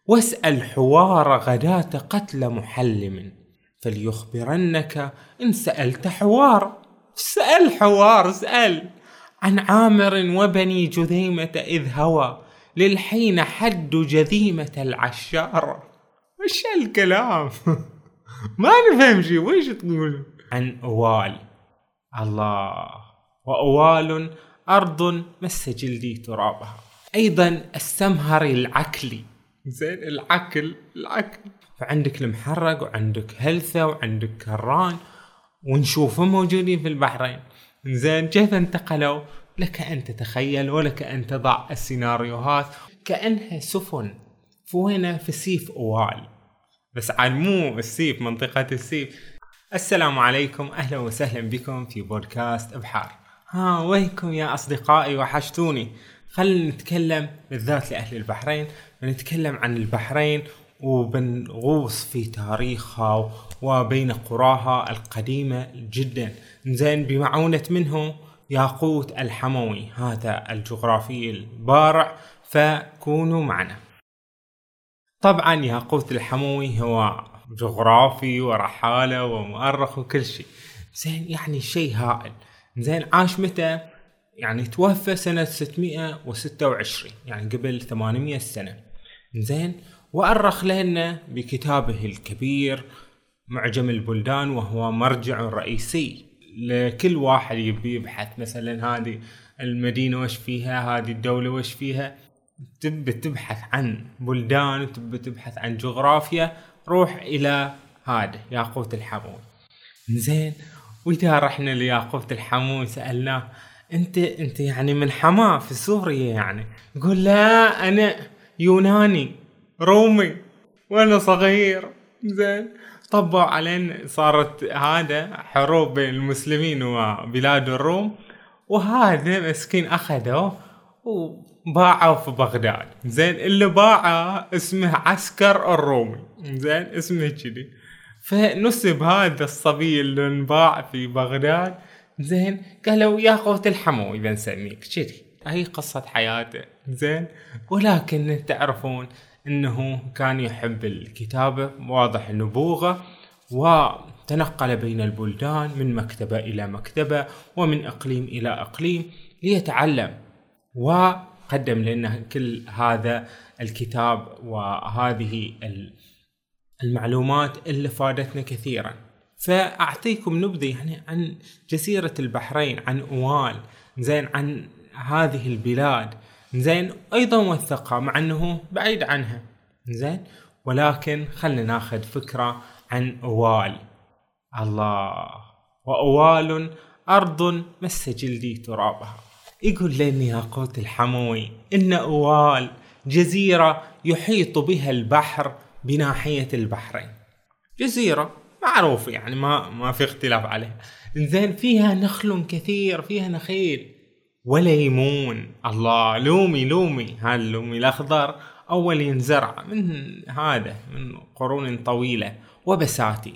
واسأل حوار غداة قتل محلم، فليخبرنك إن سألت حوار. اسأل حوار، اسأل عن عامر وبني جذيمة إذ هوى للحين حد جذيمة العشار. وش الكلام؟ ما نفهم شي، ويش تقول؟ عن أوال. الله، وأوال أرض مس جلدي ترابها. أيضا السمهري العكلي، زين العكل. فعندك المحرق وعندك هلثة وعندك كران، ونشوفهم موجودين في البحرين. زين كيف انتقلوا؟ لك أن تتخيل ولك أن تضع السيناريوهات كأنها سفن فوينة في سيف أوال، بس عن مو السيف، منطقة السيف. السلام عليكم، أهلا وسهلا بكم في بودكاست أبحار. وينكم يا أصدقائي، وحشتوني. خلينا نتكلم بالذات لأهل البحرين، ونتكلم عن البحرين وبنغوص في تاريخها وبين قراها القديمة جدا، زين بمعونة منه ياقوت الحموي، هذا الجغرافي البارع، فكونوا معنا. طبعا ياقوت الحموي هو جغرافي ورحالة ومؤرخ وكل شيء، زين يعني شيء هائل. زين عاش متى؟ يعني توفى سنة 626، يعني قبل 800 سنة. زين وأرخ لنا بكتابه الكبير معجم البلدان، وهو مرجع رئيسي لكل واحد يبي يبحث مثلا هذه المدينة وش فيها، هذه الدولة وش فيها. تبي تبحث عن بلدان وتبي تبحث عن جغرافيا، روح إلى هذا ياقوت الحموي. زين وإذا رحنا لياقوت الحموي سألناه أنت يعني من حما في سوريا؟ يعني يقول لا، أنا يوناني رومي وأنا صغير. زين طبعوا علينا، صارت هذا حروب بين المسلمين وبلاد الروم، وهذا مسكين أخذوه وباعوا في بغداد. زين اللي باعه اسمه عسكر الرومي، زين اسمه كذي، فنسب هذا الصبي اللي انباع في بغداد. زين قالوا ياقوت الحموي بنسميك كذي. هي قصة حياته. زين ولكن تعرفون انه كان يحب الكتابة، واضح نبوغه، وتنقل بين البلدان من مكتبة إلى مكتبة ومن إقليم إلى إقليم ليتعلم، وقدم لنا كل هذا الكتاب وهذه المعلومات اللي فادتنا كثيرا. فأعطيكم نبذة يعني عن جزيرة البحرين، عن أوال، زين عن هذه البلاد، زين أيضا وثقها مع أنه بعيد عنها. زين ولكن خلنا ناخذ فكرة عن أوال. الله، وأوال أرض مس جلدي ترابها. يقول لنا ياقوت الحموي إن أوال جزيرة يحيط بها البحر بناحية البحرين، جزيرة معروف يعني ما في اختلاف عليها. زين فيها نخل كثير، فيها نخيل وليمون. الله، لومي هذا اللومي الأخضر أول ينزرع من قرون طويلة، وبساتين.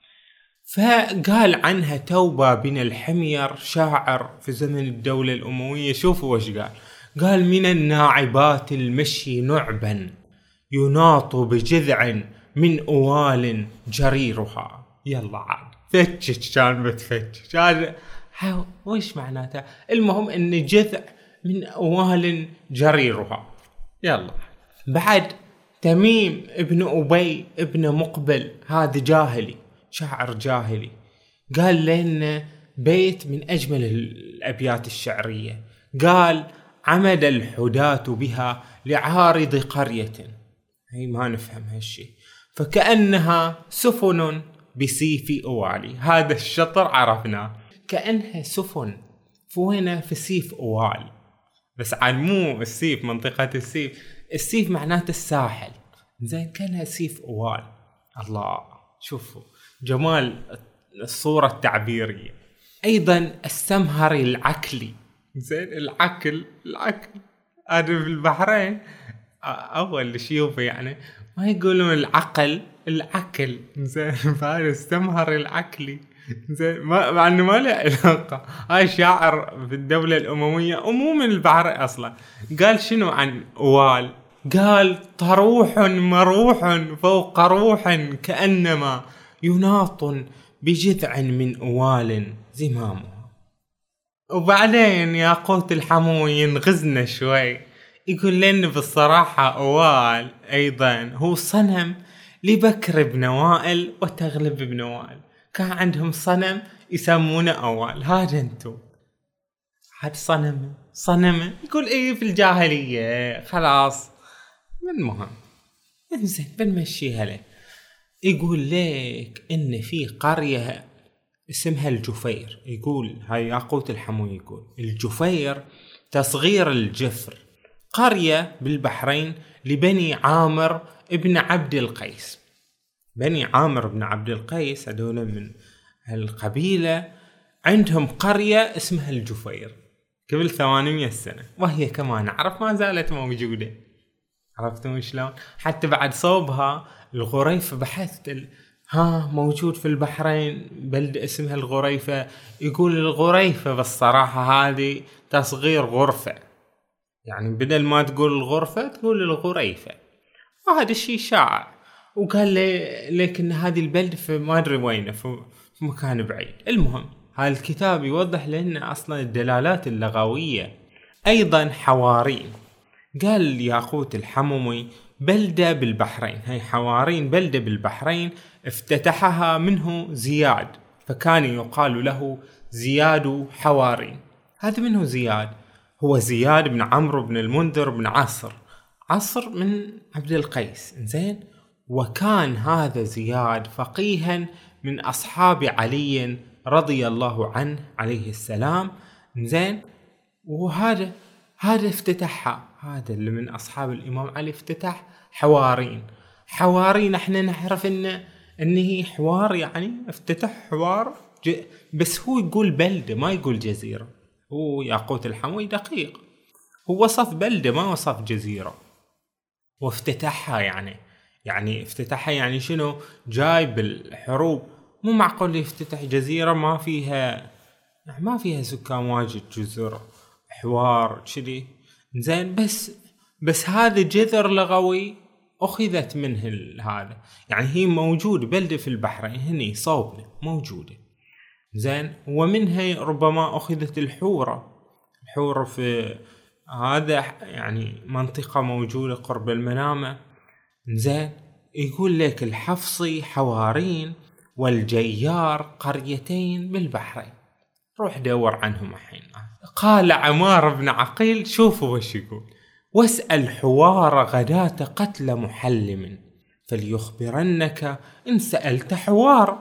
فقال عنها توبة بن الحمير شاعر في زمن الدولة الأموية. شوفوا وش قال من الناعبات المشي نعبا يناط بجذع من أوال جريرها. يلا عاد فتش كان بتفتش هذا وش معناته؟ المهم ان جذع من أوال جريرها. يلا بعد تميم ابن أبي ابن مقبل، هذا جاهلي، شاعر جاهلي، قال لنا بيت من أجمل الأبيات الشعرية. قال عمد الحداة بها لعارض قرية، هي ما نفهم هالشي، فكأنها سفن بسيف أوالي. هذا الشطر عرفناه، كأنها سفن فوينة في سيف أوال، بس عن مو السيف، منطقة السيف معناته الساحل. زين كانها سيف أوال. الله، شوفوا جمال الصورة التعبيرية. أيضا السمهري العكلي. زين العكل هذا في البحرين أول شيوفه يعني ما يقولون العكل. زين فهذا السمهري العكلي. زين مع انه ما له علاقة، هاي شاعر في الدولة الأموية ومو من البحر أصلا. قال شنو عن أوال؟ قال طروح مروح فوق روح كأنما يناط بجذع من أوال زمامها. وبعدين ياقوت الحموي ينغزنا شوي، يقول لنا بالصراحة أوال أيضا هو صنم لبكر بن وائل وتغلب بن وائل، كان عندهم صنم يسمونه أوال. هذا انتو هاد صنم يقول ايه في الجاهلية خلاص. المهم انزين بنمشيها له. يقول لك ان في قرية اسمها الجفير، يقول هاي ياقوت الحموي يقول الجفير تصغير الجفر، قرية بالبحرين لبني عامر ابن عبد القيس. بني عامر بن عبد القيس هذول من القبيلة عندهم قرية اسمها الجفير قبل 800 سنة، وهي كما نعرف ما زالت موجودة. عرفتم شلون؟ حتى بعد صوبها الغريفة بحثت موجود في البحرين بلدة اسمها الغريفة. يقول الغريفة بالصراحة هذه تصغير غرفة، يعني بدل ما تقول الغرفة تقول الغريفة، وهذا الشيء شائع. وقال لي لكن هذه البلدة في ما ادري وين، في مكان بعيد. المهم هالكتاب يوضح لنا اصلا الدلالات اللغوية. ايضا حوارين، قال ياقوت الحموي بلدة بالبحرين، هاي حوارين بلدة بالبحرين افتتحها منه زياد، فكان يقال له زياد حوارين. هذا منه زياد، هو زياد بن عمرو بن المنذر بن عصر من عبد القيس. زين، وكان هذا زياد فقيها من أصحاب علي رضي الله عنه عليه السلام. زين، وهذا افتتحها، هذا اللي من أصحاب الإمام علي افتتح حوارين احنا نعرف انه هي حوار، يعني افتتح حوار بس هو يقول بلدة ما يقول جزيرة. هو ياقوت الحموي دقيق، هو وصف بلدة ما وصف جزيرة. وافتتحها يعني افتتحها يعني شنو؟ جاي بالحروب. مو معقول يفتتح جزيرة ما فيها سكان واجد، جزر حوار كذي. زين، بس هذا جذر لغوي أخذت منه هذا، يعني هي موجود بلدة في البحرين هني صوبنا موجودة. زين، ومنها ربما أخذت الحورة في هذا يعني منطقة موجودة قرب المنامة. زين، يقول لك الحفصي حوارين والجيار قريتين بالبحرين، روح دور عنهم الحين. قال عمار بن عقيل شوفوا وش يقول: واسأل حوار غداة قتل محلم فليخبرنك إن سألت حوار.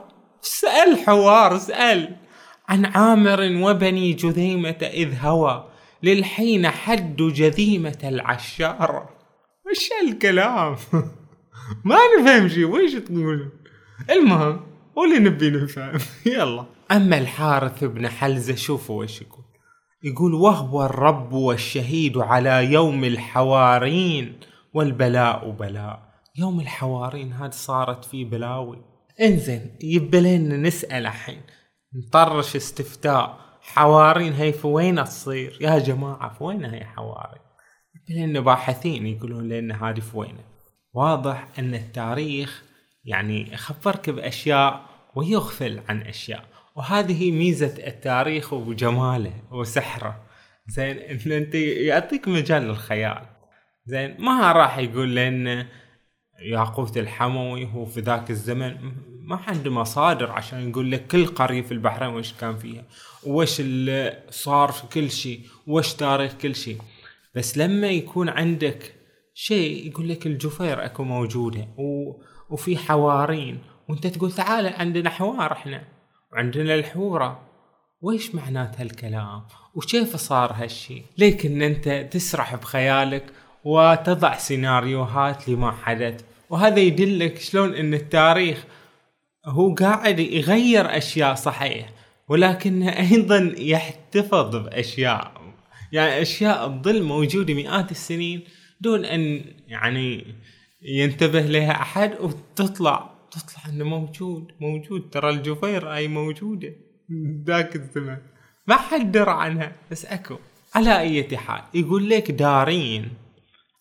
اسأل عن عامر وبني جذيمة إذ هوى للحين حد جذيمة العشار. وش الكلام؟ ما نفهم شي، ويش تقولون؟ المهم قولي نبي نفهم. يلا. أما الحارث بن حلزة شوفوا وش يقول وهو الرب والشهيد على يوم الحوارين والبلاء بلاء. يوم الحوارين هاد صارت فيه بلاوي. انزين، يبلين نسأل الحين نطرش استفتاء، حوارين هي في وين تصير يا جماعة؟ في وين هي حوارين؟ يبلين باحثين يقولون لنا هذه في وين. واضح ان التاريخ يعني يخبرك بأشياء ويغفل عن أشياء، وهذه ميزة التاريخ وجماله وسحره. زين، ان انت يعطيك مجال للخيال. زين، ما راح يقول لنا ياقوت الحموي هو في ذاك الزمن ما عنده مصادر عشان يقول لك كل قرية في البحرين وش كان فيها وش اللي صار في كل شيء وش تاريخ كل شيء. بس لما يكون عندك شيء يقول لك الجفير اكو موجودة وفي حوارين، وانت تقول تعال عندنا حوار احنا وعندنا الحورة، ويش معنات هالكلام وكيف صار هالشي؟ لكن انت تسرح بخيالك وتضع سيناريوهات لما حدث، وهذا يدلك شلون ان التاريخ هو قاعد يغير اشياء صحيح، ولكنه ايضا يحتفظ باشياء، يعني اشياء تظل موجودة مئات السنين دون ان يعني ينتبه لها احد، وتطلع انه موجود. ترى الجفير اي موجودة ذاك الزمن ما حد درى عنها، بس اكو. على اي حال يقول لك دارين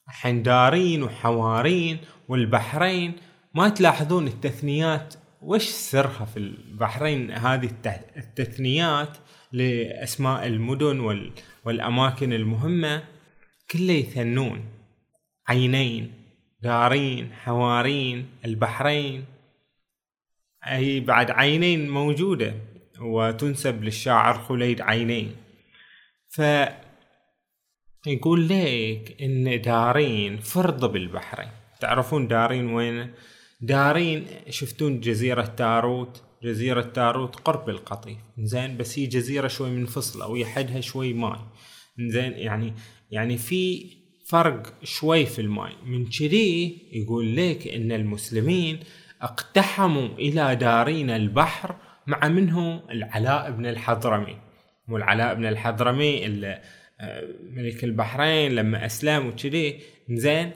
الحين دارين وحوارين والبحرين، ما تلاحظون التثنيات وش سرها في البحرين؟ هذه التثنيات لأسماء المدن والأماكن المهمة كله يثنون، عينين، دارين، حوارين، البحرين. أي بعد عينين موجودة وتنسب للشاعر خليد عينين. يقول لك إن دارين فرض بالبحرين. تعرفون دارين وين؟ دارين شفتون جزيرة تاروت؟ جزيرة تاروت قرب القطيف، زين، بس هي جزيرة شوي منفصلة ويحدها شوي ماي، زين، يعني في فرق شوي في الماي. من كذي يقول لك إن المسلمين اقتحموا إلى دارين البحر، مع منه العلاء بن الحضرمي. والعلاء بن الحضرمي ملك البحرين لما أسلم وكذي، زين،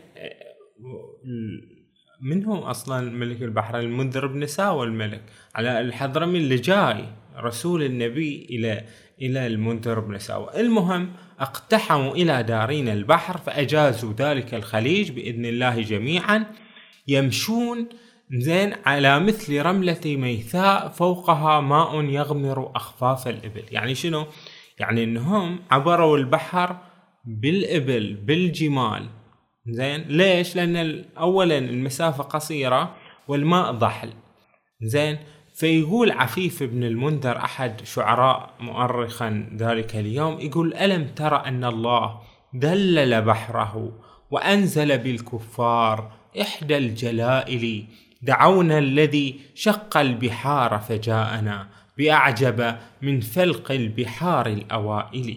منه أصلا ملك البحرين المنذر بن ساوى الملك علاء الحضرمي اللي جاي رسول النبي إلى المنذر بن ساوى. المهم اقتحموا إلى دارين البحر فأجازوا ذلك الخليج بإذن الله جميعا، يمشون، زين، على مثل رملة ميثاء فوقها ماء يغمر أخفاف الإبل. يعني شنو؟ يعني إنهم عبروا البحر بالإبل بالجمال، زين. ليش؟ لأن أولا المسافة قصيرة والماء ضحل، زين. فيقول عفيف بن المنذر أحد شعراء مؤرخا ذلك اليوم، يقول: ألم ترى أن الله دلل بحره وأنزل بالكفار إحدى الجلائل، دعونا الذي شق البحار فجاءنا بأعجب من فلق البحار الأوائل.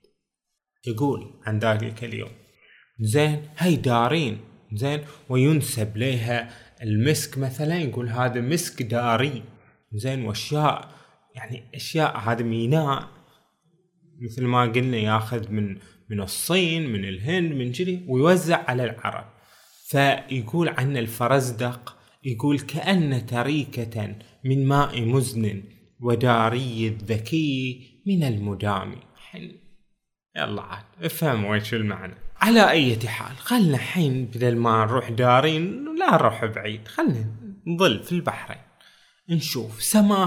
يقول عن ذلك اليوم، زين، هاي دارين، زين، وينسب لها المسك مثلا، يقول هذا مسك داري، زين، واشياء، يعني اشياء، هذا ميناء مثل ما قلنا ياخذ من الصين، من الهند، من جري، ويوزع على العرب. فيقول عن الفرزدق، يقول: كأن تريكة من ماء مزن وداري الذكي من المدام. يلا عاد افهموا ايش المعنى. على اي حال، خلنا حين بدل ما نروح دارين لا نروح بعيد، خلنا نظل في البحرين نشوف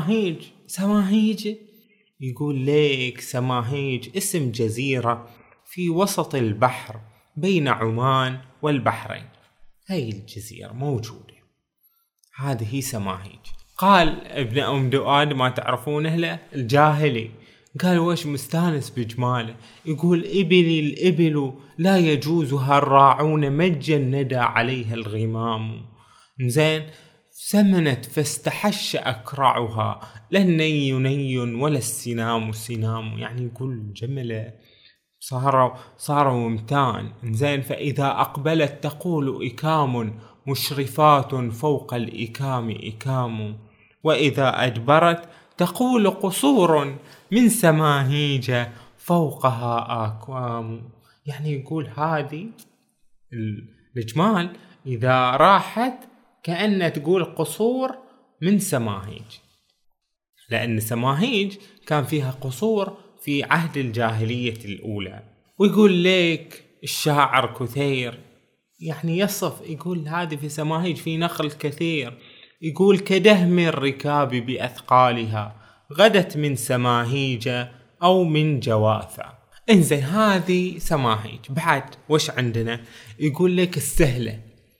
سماهيج. يقول لك سماهيج اسم جزيرة في وسط البحر بين عمان والبحرين. هاي الجزيرة موجودة، هذه سماهيج. قال ابن أم دؤاد، ما تعرفونه له، الجاهلي، قال: وش مستانس بجماله؟ يقول: الإبل لا يجوزها الراعون، مجا ندى عليها الغمام، زين، سمنت فاستحش أكرعها، لا الني ولا السنام سنام. يعني يقول جملة صاروا ممتان، زين. فإذا أقبلت تقول إكام، مشرفات فوق الإكام إكام، وإذا أدبرت تقول قصور من سماهيج فوقها آكوام. يعني يقول هذه الجمال إذا راحت كأن تقول قصور من سماهيج، لأن سماهيج كان فيها قصور في عهد الجاهلية الأولى. ويقول لك الشاعر كثير يعني يصف، يقول هذه في سماهيج في نخل كثير، يقول: كدهم الركاب بأثقالها غدت من سماهيج أو من جواثة. انزين، هذه سماهيج. بعد وش عندنا؟ يقول لك السهلة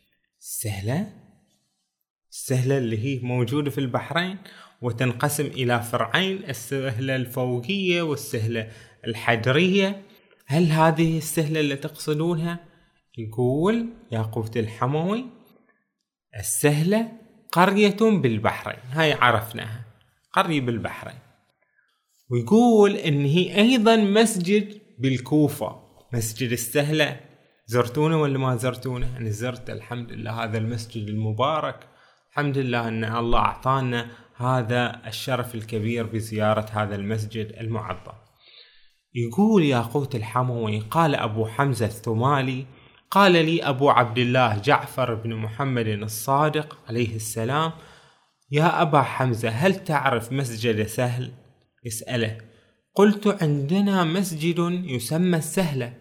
اللي هي موجودة في البحرين وتنقسم إلى فرعين: السهلة الفوقية والسهلة الحدرية. هل هذه السهلة اللي تقصدونها؟ يقول ياقوت الحموي: السهلة قرية بالبحرين، هاي عرفناها، قرية بالبحرين. ويقول إن هي أيضا مسجد بالكوفة، مسجد السهلة. زرتونه ولا ما زرتونه؟ أنا زرت الحمد لله هذا المسجد المبارك، الحمد لله أن الله أعطانا هذا الشرف الكبير بزيارة هذا المسجد المعظم. يقول ياقوت الحموي: قال أبو حمزة الثمالي: قال لي أبو عبد الله جعفر بن محمد الصادق عليه السلام: يا أبا حمزة، هل تعرف مسجد سهل؟ يسأله. قلت: عندنا مسجد يسمى السهلة.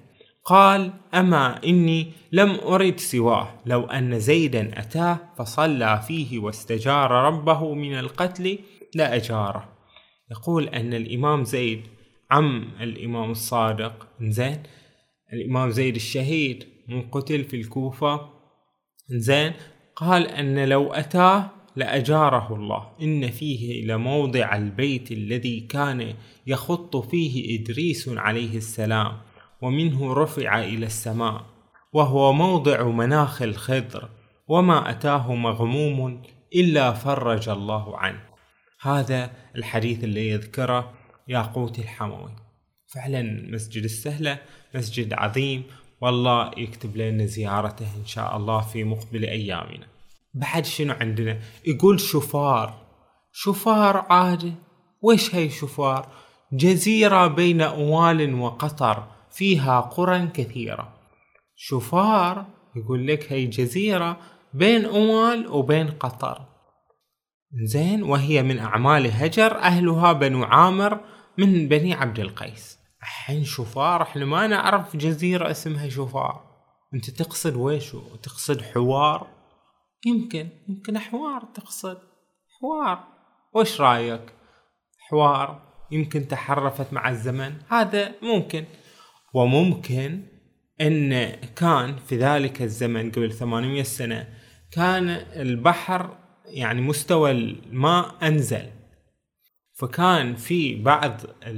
قال: أما إني لم أرد سواه، لو أن زيدا أتاه فصلى فيه واستجار ربه من القتل لأجاره. يقول أن الإمام زيد عم الإمام الصادق، زين، الإمام زيد الشهيد منقتل في الكوفة، زين، قال أن لو أتاه لأجاره الله، إن فيه لموضع البيت الذي كان يخط فيه إدريس عليه السلام، ومنه رفع إلى السماء، وهو موضع مناخ الخضر، وما أتاه مغموم إلا فرج الله عنه. هذا الحديث اللي يذكره ياقوت الحموي. فعلا مسجد السهلة مسجد عظيم، والله يكتب لنا زيارته إن شاء الله في مقبل أيامنا. بعد شنو عندنا؟ يقول شفار عادة. وش هي شفار؟ جزيرة بين أوال وقطر فيها قرى كثيرة. شفار يقول لك هي جزيرة بين أوال وبين قطر، زين، وهي من أعمال هجر، أهلها بنو عامر من بني عبد القيس. الحين شفار احنا ما نعرف جزيرة اسمها شفار. انت تقصد ويشو؟ تقصد حوار؟ يمكن حوار تقصد، حوار. وش رايك؟ حوار يمكن تحرفت مع الزمن، هذا ممكن. وممكن ان كان في ذلك الزمن قبل 800 سنة كان البحر يعني مستوى الماء أنزل، فكان في بعض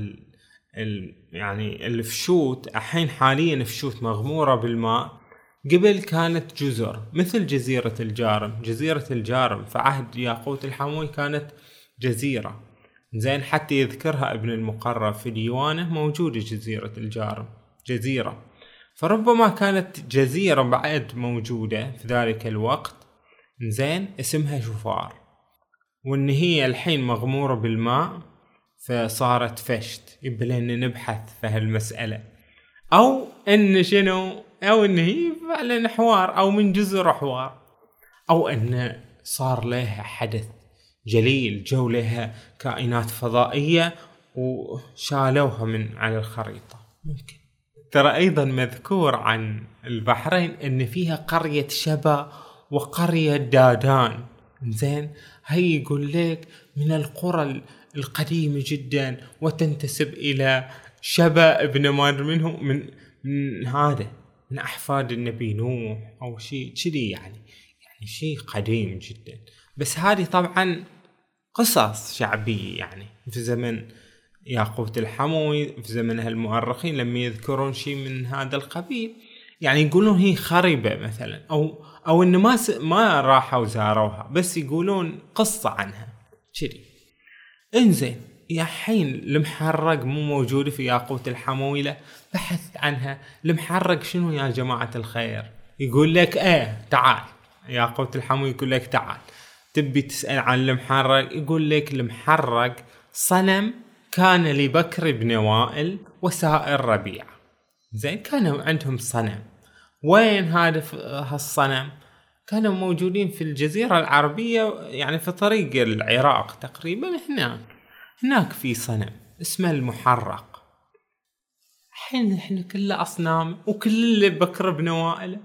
يعني الفشوت، الحين حاليا فشوت مغمورة بالماء، قبل كانت جزر مثل جزيرة الجارم. جزيرة الجارم في عهد ياقوت الحموي كانت جزيرة، زين، حتى يذكرها ابن المقرب في ديوانه، موجودة جزيرة الجارم جزيرة. فربما كانت جزيرة بعد موجودة في ذلك الوقت، زين، اسمها شفار، وان هي الحين مغمورة بالماء فصارت فشت. يبلين نبحث في هالمسألة، او ان شنو، او ان هي فعلا حوار، او من جزر حوار، او ان صار لها حدث جليل، جو لها كائنات فضائية وشالوها من على الخريطة. ممكن. ترى ايضا مذكور عن البحرين ان فيها قرية شبا وقرية دادان، زين، هي يقول لك من القرى القديمة جدا، وتنتسب إلى شبا ابن مادر منه، من هذا، من أحفاد النبي نوح أو شيء كذي، يعني شيء قديم جدا. بس هذه طبعا قصص شعبية، يعني في زمن ياقوت الحموي، في زمن هالمؤرخين لما يذكرون شيء من هذا القبيل، يعني يقولون هي خربة مثلا، أو إن ما راحوا زاروها، بس يقولون قصة عنها كذي. انزين، يا حين المحرق مو موجود في ياقوت الحموي، له بحث عنها. المحرق شنو يا جماعة الخير؟ يقول لك تعال، ياقوت الحموي يقول لك تعال تبي تسأل عن المحرق، يقول لك المحرق صنم كان لبكر بن وائل وسائر ربيعة، زين، كانوا عندهم صنم. وين هذا هالصنم؟ كانوا موجودين في الجزيرة العربية، يعني في طريق العراق تقريبا، هناك في صنم اسمه المحرق. حين احنا كله أصنام، وكل اللي بكر بن وائل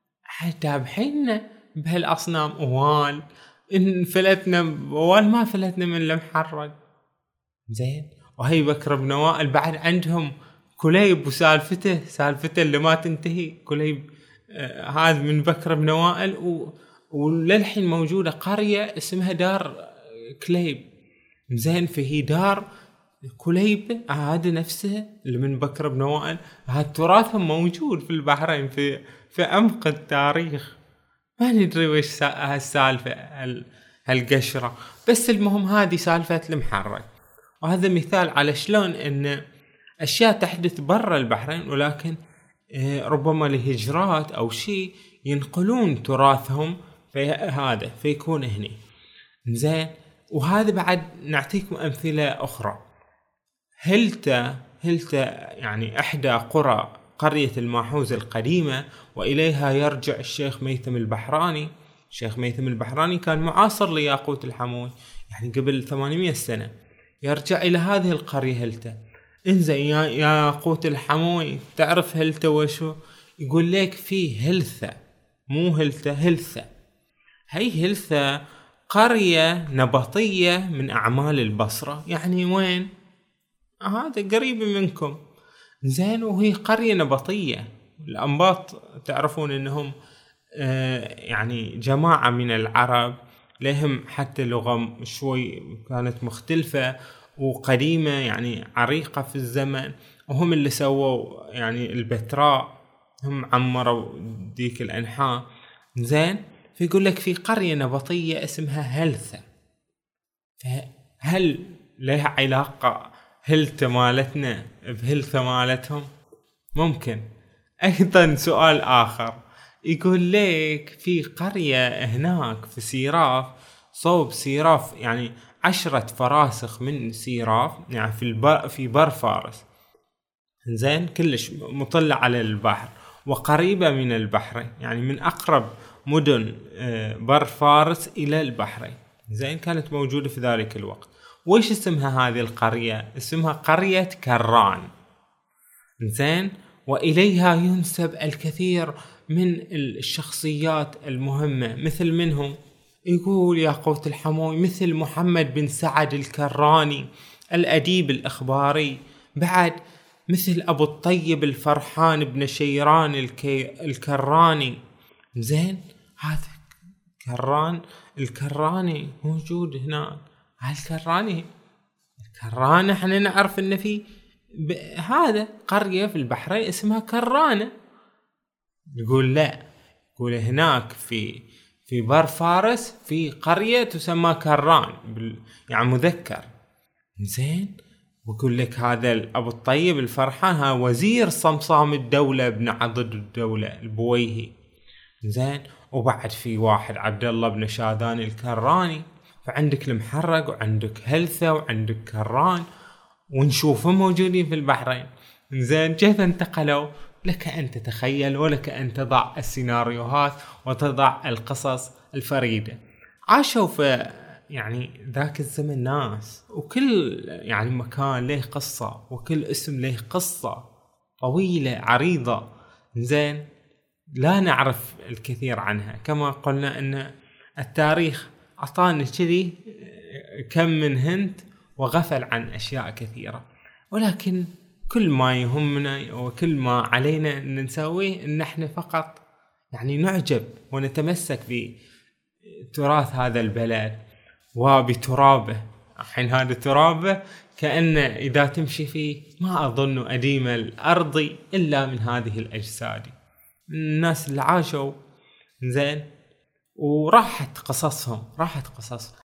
تابحين بهالأصنام. أوال إن فلتنا أوال ما فلتنا من المحرق، زين. وهي بكر بن وائل بعد عندهم كليب وسالفته اللي ما تنتهي. كليب هذا من بكر بن وائل، وللحين موجودة قرية اسمها دار كليب، زين، فهي دار كليب هذا نفسه اللي من بكر بن وائل. هذا تراثهم موجود في البحرين في عمق التاريخ. ما ندري وش هالسالفة هالقشرة، بس المهم هذه سالفة المحرق. وهذا مثال على شلون ان اشياء تحدث برا البحرين، ولكن ربما لهجرات او شيء ينقلون تراثهم في هذا فيكون هني، زين. وهذا بعد نعطيكم امثله اخرى. هلتا يعني احدى قرى قرية الماحوز القديمة، واليها يرجع الشيخ ميثم البحراني. الشيخ ميثم البحراني كان معاصر لياقوت الحموي، يعني قبل 800 سنة. يرجع الى هذه القرية هلتا. انزين يا قوت الحموي، تعرف هلثة وشو؟ يقول لك في هلثة، مو هلثة، هلثة. هي هلثة قرية نبطية من أعمال البصرة. يعني وين؟ هذا قريب منكم. زين، وهي قرية نبطية. الأنباط تعرفون أنهم يعني جماعة من العرب، لهم حتى لغة شوي كانت مختلفة وقديمة، يعني عريقة في الزمن، وهم اللي سووا يعني البتراء، هم عمروا ديك الأنحاء. زين، فيقول لك في قرية نبطية اسمها هلثة. فهل لها علاقة هلثة مالتنا بهلثة مالتهم؟ ممكن. أيضا سؤال آخر يقول لك في قرية هناك في سيراف، صوب سيراف، يعني 10 فراسخ من سيراف، يعني في بر فارس. زين، كلش مطلع على البحر وقريبة من البحرين، يعني من أقرب مدن بر فارس إلى البحرين. زين، كانت موجودة في ذلك الوقت. وإيش اسمها هذه القرية؟ اسمها قرية كران. زين، وإليها ينسب الكثير من الشخصيات المهمة، مثل منهم يقول يا قوت الحموي مثل محمد بن سعد الكراني الأديب الإخباري، بعد مثل أبو الطيب الفرحان بن شيران الكراني. زين، هذا الكراني موجود هنا. الكرانة احنا نعرف ان في هذا قرية في البحرين اسمها كرانة. يقول لا، يقول هناك في بر فارس في قرية تسمى كران يعني مذكر. زين، ويقول لك هذا أبو الطيب الفرحان ها وزير صمصام الدولة ابن عضد الدولة البويهي. زين، وبعد في واحد عبد الله بن شادان الكراني. فعندك المحرق وعندك هلثة وعندك كران، ونشوفهم موجودين في البحرين. زين، كيف انتقلوا؟ لك أن تتخيل ولك أن تضع السيناريوهات وتضع القصص الفريدة. عاشوا في يعني ذاك الزمن ناس، وكل يعني مكان له قصة، وكل اسم له قصة طويلة عريضة. زين، لا نعرف الكثير عنها، كما قلنا أن التاريخ أعطانا كذي كم من هنت وغفل عن أشياء كثيرة. ولكن كل ما يهمنا وكل ما علينا أن نسويه أن احنا فقط يعني نعجب ونتمسك بتراث هذا البلد وبترابه. الحين هذا ترابه كأن إذا تمشي فيه ما أظن أديم الأرض إلا من هذه الأجساد، الناس اللي عاشوا. زين، وراحت قصصهم،